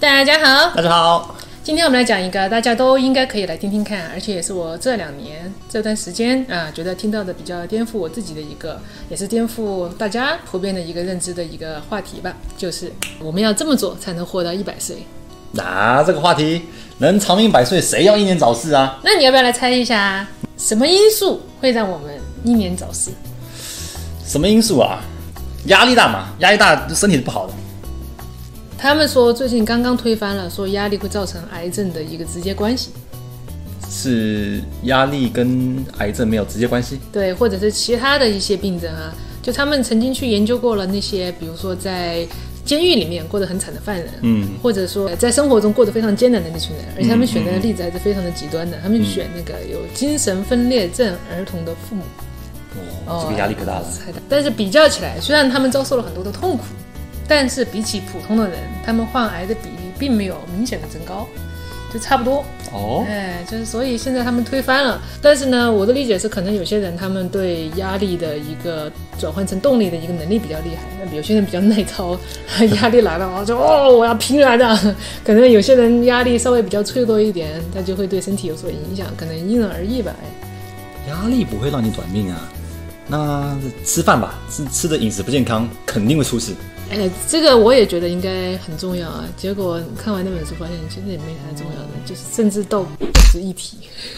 大家好， 大家好。 今天我们来讲一个大家都应该可以来听听看，而且也是我这2年这段时间觉得听到的比较颠覆我自己的一个，也是颠覆大家普遍的一个认知的一个话题吧，就是我们要这么做才能活到100岁。 这个话题能长命100岁，谁要英年早逝啊？ 那你要不要来猜一下，什么因素会让我们英年早逝？ 什么因素啊？压力大嘛，压力大身体是不好的。 他们说最近刚刚推翻了，说压力会造成癌症的一个直接关系。 是压力跟癌症没有直接关系？ 对，或者是其他的一些病症啊，就他们曾经去研究过了那些，比如说在监狱里面过得很惨的犯人，或者说在生活中过得非常艰难的那群人，而且他们选择的例子还是非常的极端的，他们选那个有精神分裂症儿童的父母。 这个压力可大了。 但是比较起来，虽然他们遭受了很多的痛苦，但是比起普通的人，他们患癌的比例并没有明显的增高，就差不多。就是所以现在他们推翻了。但是呢，我的理解是，可能有些人他们对压力的一个转换成动力的一个能力比较厉害，有些人比较耐操，压力来了就我要拼来的。可能有些人压力稍微比较脆弱一点，他就会对身体有所影响，可能因人而异吧。 压力不会让你短命啊，那吃饭吧，吃的饮食不健康，肯定会出事。 这个我也觉得应该很重要啊。结果看完那本书发现，其实也没啥重要的，就是甚至都不值一提。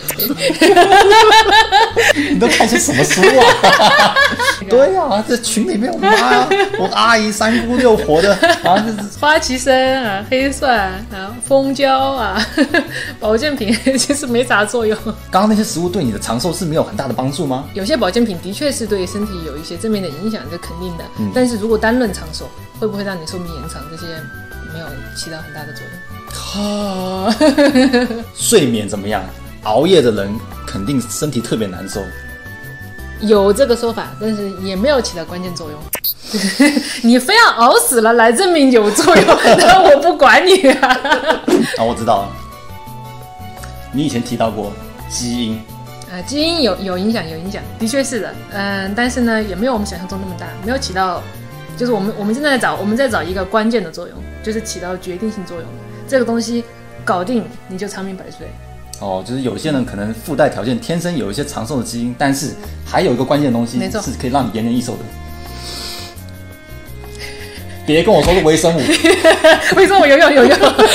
你都看些什么书啊？对啊，这群里面我阿姨3姑6婆的花旗参啊、黑蒜啊、蜂胶啊、保健品其实没啥作用。 刚刚那些食物对你的长寿是没有很大的帮助吗？ 有些保健品的确是对身体有一些正面的影响，这肯定的。但是如果单论长寿，会不会让你寿命延长，这些没有起到很大的作用。 睡眠怎么样？熬夜的人肯定身体特别难受。 有这个说法，但是也没有起到关键作用。你非要熬死了来证明有作用，那我不管你啊。 我知道了。你以前提到过基因基因有影响，的确是的。但是呢，也没有我们想象中那么大，没有起到。就是我们正在找，我们在找一个关键的作用，就是起到决定性作用。这个东西搞定，你就长命100岁。 就是有些人可能附带条件天生有一些长寿的基因，但是还有一个关键的东西是可以让你延年益寿的。别跟我说是微生物。 微生物有用。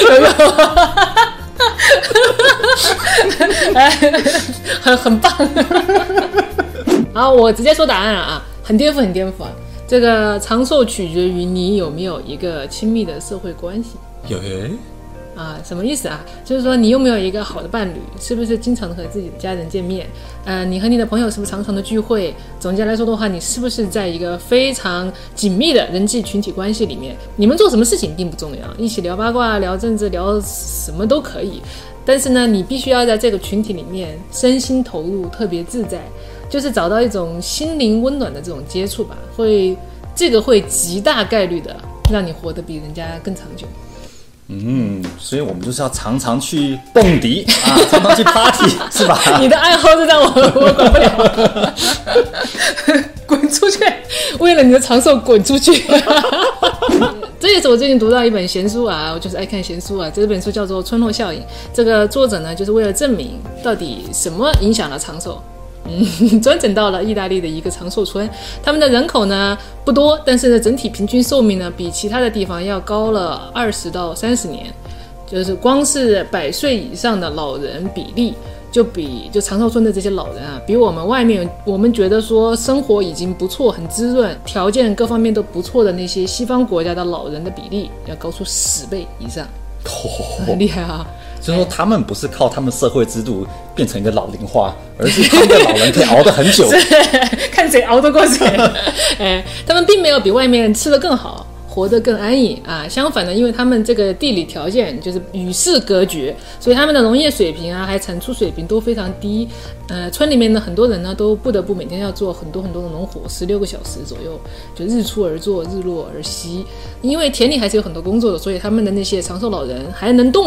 很棒。好，我直接说答案了啊，很颠覆啊。这个长寿取决于你有没有一个亲密的社会关系。什么意思啊？就是说你有没有一个好的伴侣，是不是经常和自己的家人见面？你和你的朋友是不是常常的聚会？总结来说的话，你是不是在一个非常紧密的人际群体关系里面？你们做什么事情并不重要，一起聊八卦、聊政治、聊什么都可以。但是呢，你必须要在这个群体里面身心投入，特别自在。就是找到一种心灵温暖的这种接触吧，这个会极大概率的让你活得比人家更长久。 所以我们就是要常常去蹦迪常常去 party 是吧？ 你的爱好是让我管不了。滚出去！为了你的长寿，滚出去！这也是我最近读到一本闲书啊，我就是爱看闲书啊。这本书叫做《村落效应》，这个作者呢，就是为了证明到底什么影响了长寿。专程到了意大利的一个长寿村，他们的人口呢不多，但是呢整体平均寿命呢比其他的地方要高了20到30年，就是光是100岁以上的老人比例，就长寿村的这些老人啊，比我们外面我们觉得说生活已经不错、很滋润、条件各方面都不错的那些西方国家的老人的比例要高出10倍以上。很厉害啊！ 就是说他们不是靠他们社会制度变成一个老龄化，而是他们的老人可以熬得很久。 看谁熬得过谁。他们并没有比外面吃得更好，活得更安逸啊。相反的，因为他们这个地理条件就是与世隔绝，所以他们的农业水平啊，还产出水平都非常低。村里面的很多人呢，都不得不每天要做很多的农活，16个小时左右，就日出而作，日落而息。因为田里还是有很多工作的，所以他们的那些长寿老人还能动的，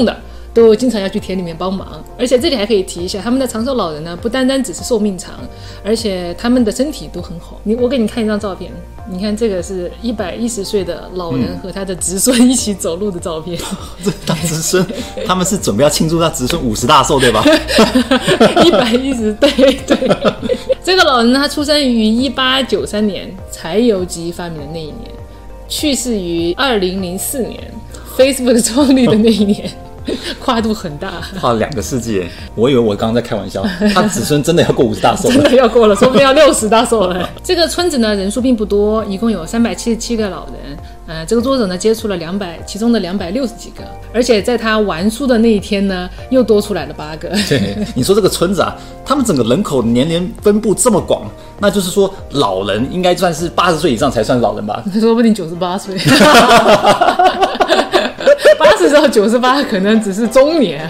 都经常要去田里面帮忙。而且这里还可以提一下，他们的长寿老人呢，不单单只是寿命长，而且他们的身体都很好。我给你看一张照片，你看这个是110岁的老人和他的侄孙一起走路的照片。 这他侄孙，他们是准备要庆祝他侄孙50大寿对吧 ？110，对。这个老人呢，他出生于1893年，柴油机发明的那一年，去世于2004年，Facebook 创立的那一年。跨度很大， 跨了2个世纪。我以为我刚刚在开玩笑，他子孙真的要过50大寿了， 真的要过了，说不定要60大寿了。这个村子呢，人数并不多，一共有377个老人。这个作者呢接触了其中的260几个，而且在他完书的那一天呢，又多出来了8个。 对，你说这个村子啊，他们整个人口年龄分布这么广，那就是说老人应该算是80岁以上才算老人吧？ 说不定98岁。80到98可能只是中年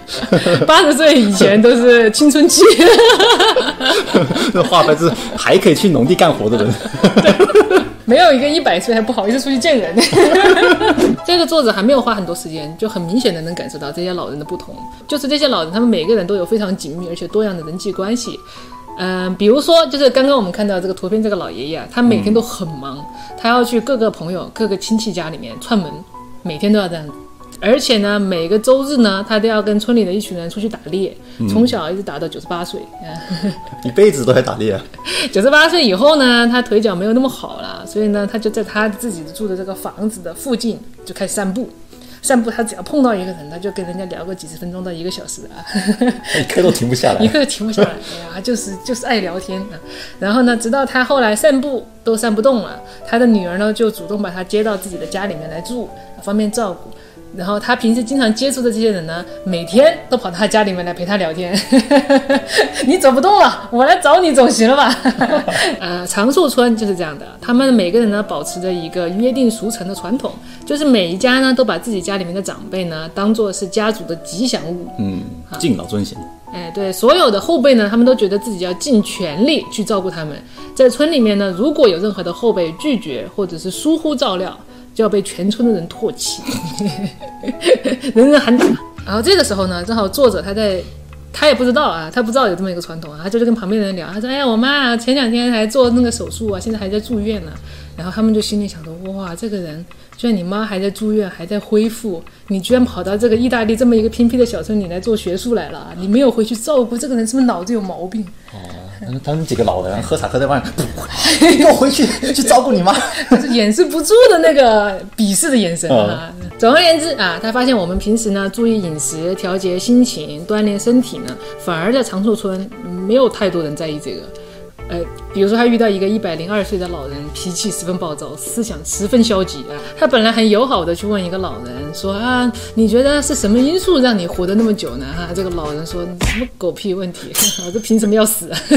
，80岁以前都是青春期。 这话白是还可以去农地干活的人。 没有一个100岁还不好意思出去见人。这个作者还没有花很多时间，就很明显的能感受到这些老人的不同。就是这些老人，他们每个人都有非常紧密而且多样的人际关系。比如说就是刚刚我们看到这个图片，这个老爷爷他每天都很忙，他要去各个朋友各个亲戚家里面串门，每天都要这样子。而且呢，每个周日呢，他都要跟村里的一群人出去打猎，从小一直打到98岁， 一辈子都在打猎啊。 98岁以后呢，他腿脚没有那么好了，所以呢，他就在他自己住的这个房子的附近就开始散步。他只要碰到一个人，他就跟人家聊个几十分钟到1个小时啊， 一刻都停不下来， 一刻都停不下来。哎呀，就是爱聊天啊。然后呢，直到他后来散步都散不动了，他的女儿呢就主动把他接到自己的家里面来住，方便照顾。然后他平时经常接触的这些人呢，每天都跑到他家里面来陪他聊天。你走不动了，我来找你总行了吧？长寿村就是这样的，他们每个人呢保持着一个约定俗成的传统，就是每一家呢都把自己家里面的长辈呢当作是家族的吉祥物， 敬老尊贤。 对，所有的后辈呢，他们都觉得自己要尽全力去照顾他们。在村里面呢，如果有任何的后辈拒绝或者是疏忽照料，就要被全村的人唾弃，人人喊打。然后这个时候呢，正好作者他也不知道啊，他不知道有这么一个传统啊，他就是跟旁边的人聊，他说：“哎呀，我妈前2天还做那个手术啊，现在还在住院呢。”然后他们就心里想说：“哇，这个人居然你妈还在住院，还在恢复，你居然跑到这个意大利这么一个偏僻的小村里来做学术来了，你没有回去照顾这个人，是不是脑子有毛病？” 他们几个老人喝茶喝在外面，你跟我回去照顾你妈， 就是掩饰不住的那个鄙视的眼神啊。总而言之啊，他发现我们平时呢注意饮食、调节心情、锻炼身体呢，反而在长寿村没有太多人在意这个。比如说他遇到一个102岁的老人，脾气十分暴躁，思想十分消极啊。他本来很友好的去问一个老人说啊，你觉得是什么因素让你活得那么久呢？这个老人说什么狗屁问题，这凭什么要死啊？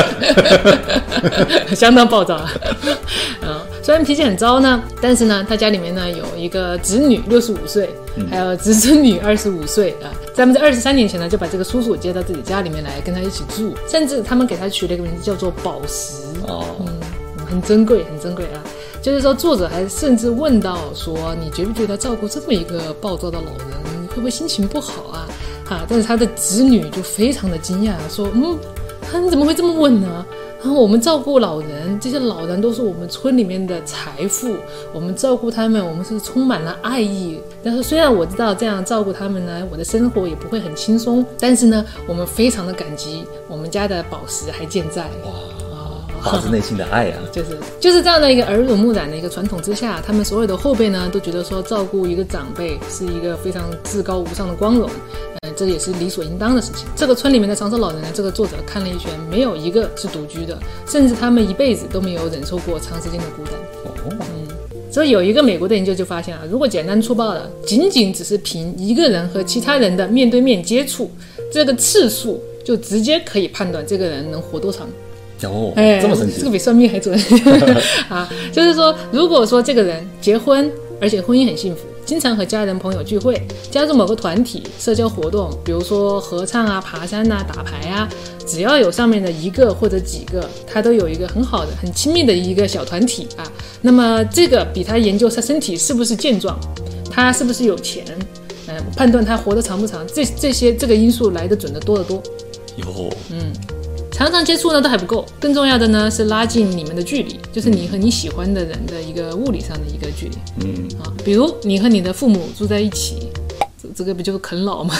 相当暴躁啊。虽然脾气很糟呢，但是呢，他家里面呢有一个侄女65岁，还有侄孙女25岁啊。他们在23年前呢，就把这个叔叔接到自己家里面来跟他一起住，甚至他们给他取了一个名字叫做宝石，很珍贵，很珍贵啊。就是说，作者还甚至问到说，你觉不觉得照顾这么一个暴躁的老人，你会不会心情不好啊？但是他的侄女就非常的惊讶，说，你怎么会这么问呢？然后我们照顾老人，这些老人都是我们村里面的财富，我们照顾他们，我们是充满了爱意。但是虽然我知道这样照顾他们呢，我的生活也不会很轻松，但是呢，我们非常的感激，我们家的宝石还健在。 发自内心的爱啊， 就是这样的一个耳濡目染的一个传统之下，他们所有的后辈呢都觉得说照顾一个长辈是一个非常至高无上的光荣，这也是理所应当的事情。这个村里面的长寿老人呢，这个作者看了一圈，没有一个是独居的，甚至他们一辈子都没有忍受过长时间的孤单。所以有一个美国的研究就发现如果简单粗暴的仅仅只是凭一个人和其他人的面对面接触这个次数，就直接可以判断这个人能活多长。 这么神奇， 这个比算命还准就是说，如果说这个人结婚，而且婚姻很幸福，经常和家人朋友聚会，加入某个团体社交活动，比如说合唱啊、爬山啊、打牌啊，只要有上面的一个或者几个，他都有一个很好的、很亲密的一个小团体那么这个比他研究他身体是不是健壮，他是不是有钱， 判断他活得长不长，这个因素来得准得多得多。 有， 常常接触呢都还不够，更重要的呢是拉近你们的距离，就是你和你喜欢的人的一个物理上的一个距离。比如你和你的父母住在一起，这个不就是啃老吗？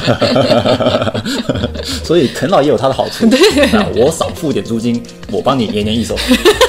所以啃老也有它的好处。我少付点租金，我帮你年年一手。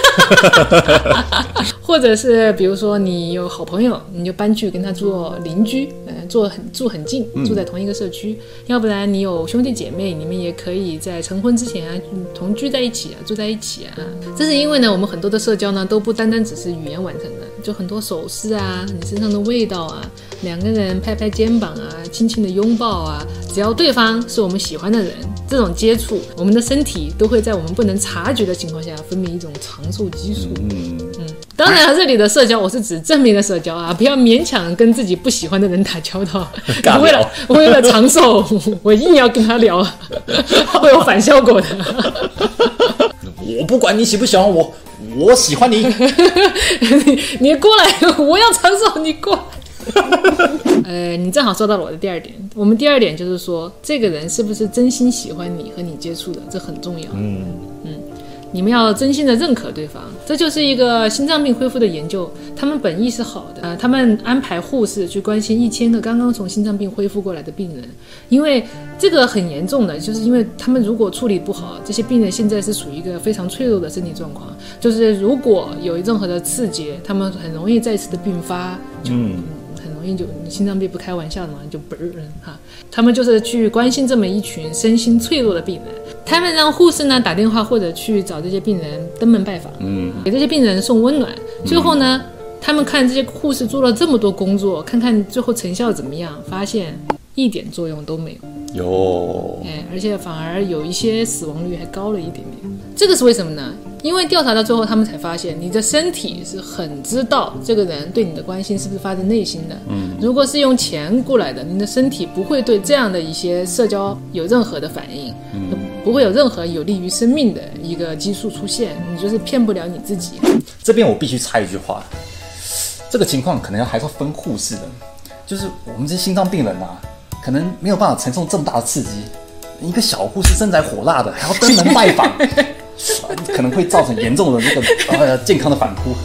或者是比如说你有好朋友，你就搬去跟他做邻居，住很近，住在同一个社区。要不然你有兄弟姐妹，你们也可以在成婚之前啊同居在一起啊，住在一起啊。这是因为呢，我们很多的社交呢都不单单只是语言完成的，就很多手势啊，你身上的味道啊，两个人拍拍肩膀啊，轻轻的拥抱啊，只要对方是我们喜欢的人，这种接触，我们的身体都会在我们不能察觉的情况下分泌一种长寿激素。当然这里的社交我是指正面的社交啊，不要勉强跟自己不喜欢的人打交道。为了长寿，我硬要跟他聊，会有反效果的。 我不管你喜不喜欢我，我喜欢你。 你过来，我要长寿，你过来。你正好说到了我的第二点。我们第二点就是说，这个人是不是真心喜欢你和你接触的，这很重要。你们要真心的认可对方，这就是一个心脏病恢复的研究，他们本意是好的。他们安排护士去关心1000个刚刚从心脏病恢复过来的病人，因为这个很严重的，就是因为他们如果处理不好，这些病人现在是属于一个非常脆弱的身体状况，就是如果有任何的刺激，他们很容易再次的并发，很容易就心脏病不开玩笑的嘛，就他们就是去关心这么一群身心脆弱的病人，他们让护士呢打电话或者去找这些病人登门拜访，给这些病人送温暖。最后呢，他们看这些护士做了这么多工作，看看最后成效怎么样，发现一点作用都没有。而且反而有一些死亡率还高了一点点。这个是为什么呢？因为调查到最后，他们才发现你的身体是很知道这个人对你的关心是不是发自内心的。如果是用钱过来的，你的身体不会对这样的一些社交有任何的反应，不会有任何有利于生命的一个激素出现，你就是骗不了你自己。 这边我必须插一句话，这个情况可能还是要分护士的，就是我们这些心脏病人啊，可能没有办法承受这么大的刺激，一个小护士身材火辣的还要登门拜访，可能会造成严重的这个健康的反扑。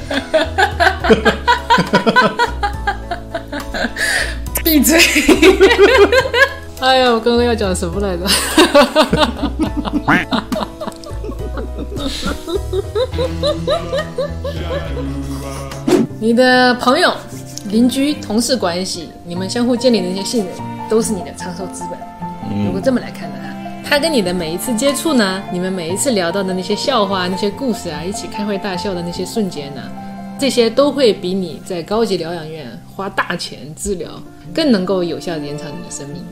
闭嘴！哎呀，我刚刚要讲什么来着？你的朋友、邻居、同事关系，你们相互建立的那些信任，都是你的长寿资本。如果这么来看的话，他跟你的每一次接触呢，你们每一次聊到的那些笑话、那些故事啊，一起开怀大笑的那些瞬间呢，这些都会比你在高级疗养院花大钱治疗更能够有效地延长你的生命。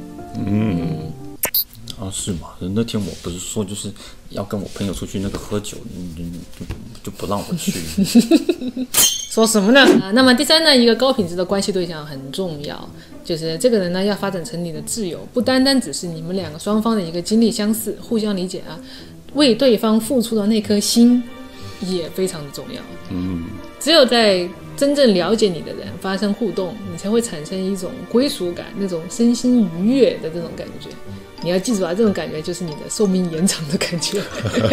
是吗？那天我不是说就是要跟我朋友出去那个喝酒，就不让我去。 说什么呢？那么第三呢，一个高品质的关系对象很重要，就是这个人呢要发展成你的挚友，不单单只是你们两个双方的一个经历相似、互相理解啊，为对方付出的那颗心也非常的重要。只有在真正了解你的人发生互动，你才会产生一种归属感，那种身心愉悦的这种感觉。你要记住啊，这种感觉就是你的寿命延长的感觉。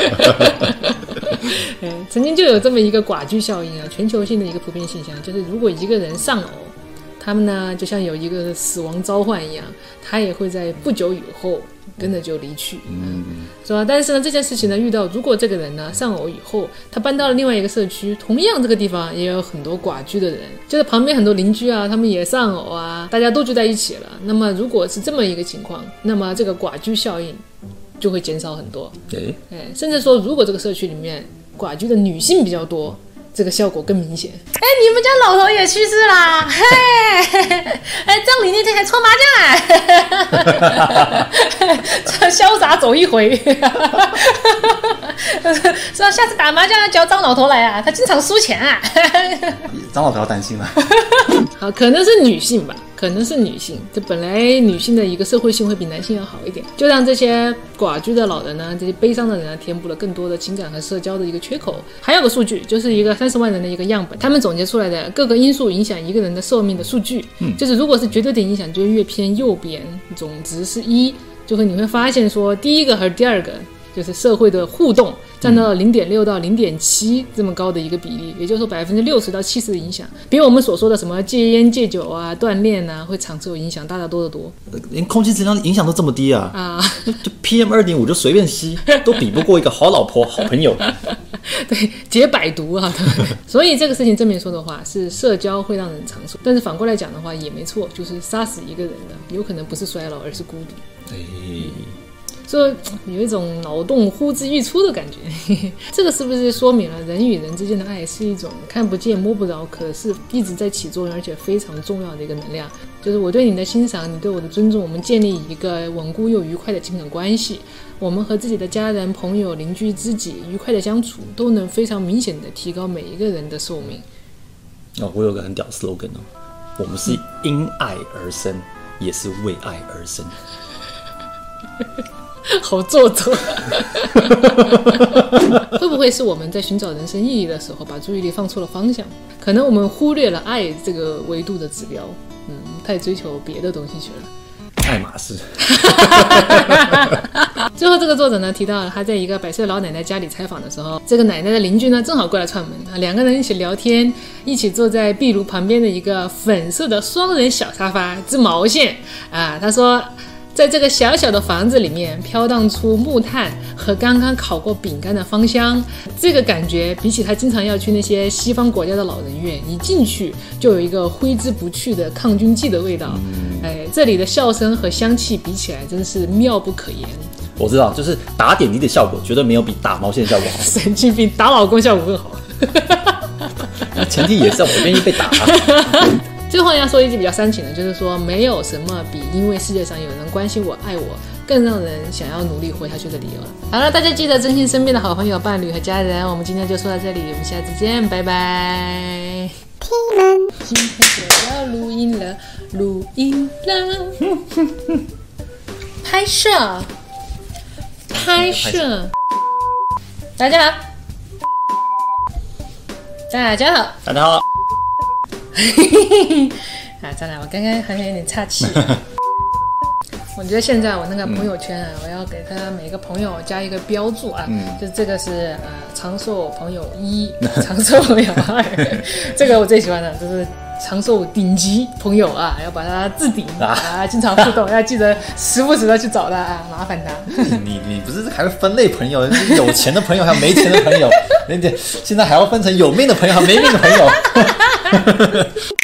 曾经就有这么一个寡居效应啊，全球性的一个普遍现象，就是如果一个人丧偶，他们呢就像有一个死亡召唤一样，他也会在不久以后跟着就离去，是吧？但是呢，这件事情呢，遇到如果这个人呢丧偶以后，他搬到了另外一个社区，同样这个地方也有很多寡居的人，就是旁边很多邻居啊，他们也丧偶啊，大家都聚在一起了。那么如果是这么一个情况，那么这个寡居效应就会减少很多。甚至说，如果这个社区里面寡居的女性比较多，这个效果更明显。你们家老头也去世啦！葬礼那天还搓麻将潇洒走一回。是吧？下次打麻将要叫张老头来啊，他经常输钱啊。 张老头要担心了。 好，可能是女性吧， 可能是女性，这本来女性的一个社会性会比男性要好一点，就让这些寡居的老人呢，这些悲伤的人呢，填补了更多的情感和社交的一个缺口。还有个数据，就是一个30万人的一个样本，他们总结出来的各个因素影响一个人的寿命的数据，就是如果是绝对的影响，就越偏右边，总值是1，就会你会发现说，第一个和第二个就是社会的互动占到了0.6到0.7这么高的一个比例，也就是说60%到70%的影响，比我们所说的什么戒烟戒酒啊、锻炼啊会长寿影响大得多得多。 连空气质量影响都这么低啊！就 PM2.5 就随便吸，都比不过一个好老婆、好朋友。 对，解百毒啊，对不对？所以这个事情正面说的话是社交会让人长寿，但是反过来讲的话也没错，就是杀死一个人的有可能不是衰老，而是孤独。所以有一种脑洞呼之欲出的感觉。这个是不是说明了人与人之间的爱是一种看不见摸不着，可是一直在起作用而且非常重要的一个能量？就是我对你的欣赏，你对我的尊重，我们建立一个稳固又愉快的情感关系，我们和自己的家人、朋友、邻居、知己愉快的相处，都能非常明显的提高每一个人的寿命。 我有个很屌的 slogan 哦，我们是因爱而生，也是为爱而生。 好做作。会不会是我们在寻找人生意义的时候把注意力放错了方向？可能我们忽略了爱这个维度的指标，太追求别的东西去了。 爱马仕。 最后这个作者呢提到他在一个100岁老奶奶家里采访的时候，这个奶奶的邻居呢正好过来串门啊，两个人一起聊天，一起坐在壁炉旁边的一个粉色的双人小沙发织毛线啊。他说在这个小小的房子里面飘荡出木炭和刚刚烤过饼干的芳香，这个感觉比起他经常要去那些西方国家的老人院，一进去就有一个挥之不去的抗菌剂的味道。这里的笑声和香气比起来真是妙不可言。 我知道，就是打点滴的效果绝对没有比打毛线的效果好。 神经病，打老公效果更好。 前提也是我愿意被打。 最后要说一句比较煽情的，就是说没有什么比因为世界上有人关心我、爱我，更让人想要努力活下去的理由了。好了，大家记得珍惜身边的好朋友、伴侣和家人。我们今天就说到这里，我们下次见，拜拜。今天就要录音了，录音了，拍摄，拍摄。大家好，大家好， 大家好。 再来，我刚刚好像有点岔气。我觉得现在我那个朋友圈啊，我要给他每个朋友加一个标注啊，就是这个是长寿朋友1，长寿朋友2，这个我最喜欢的就是长寿顶级朋友啊，要把他置顶啊，经常互动，要记得时不时的去找他啊，麻烦他。 你不是还会分类朋友，有钱的朋友还有没钱的朋友，现在还要分成有命的朋友和没命的朋友。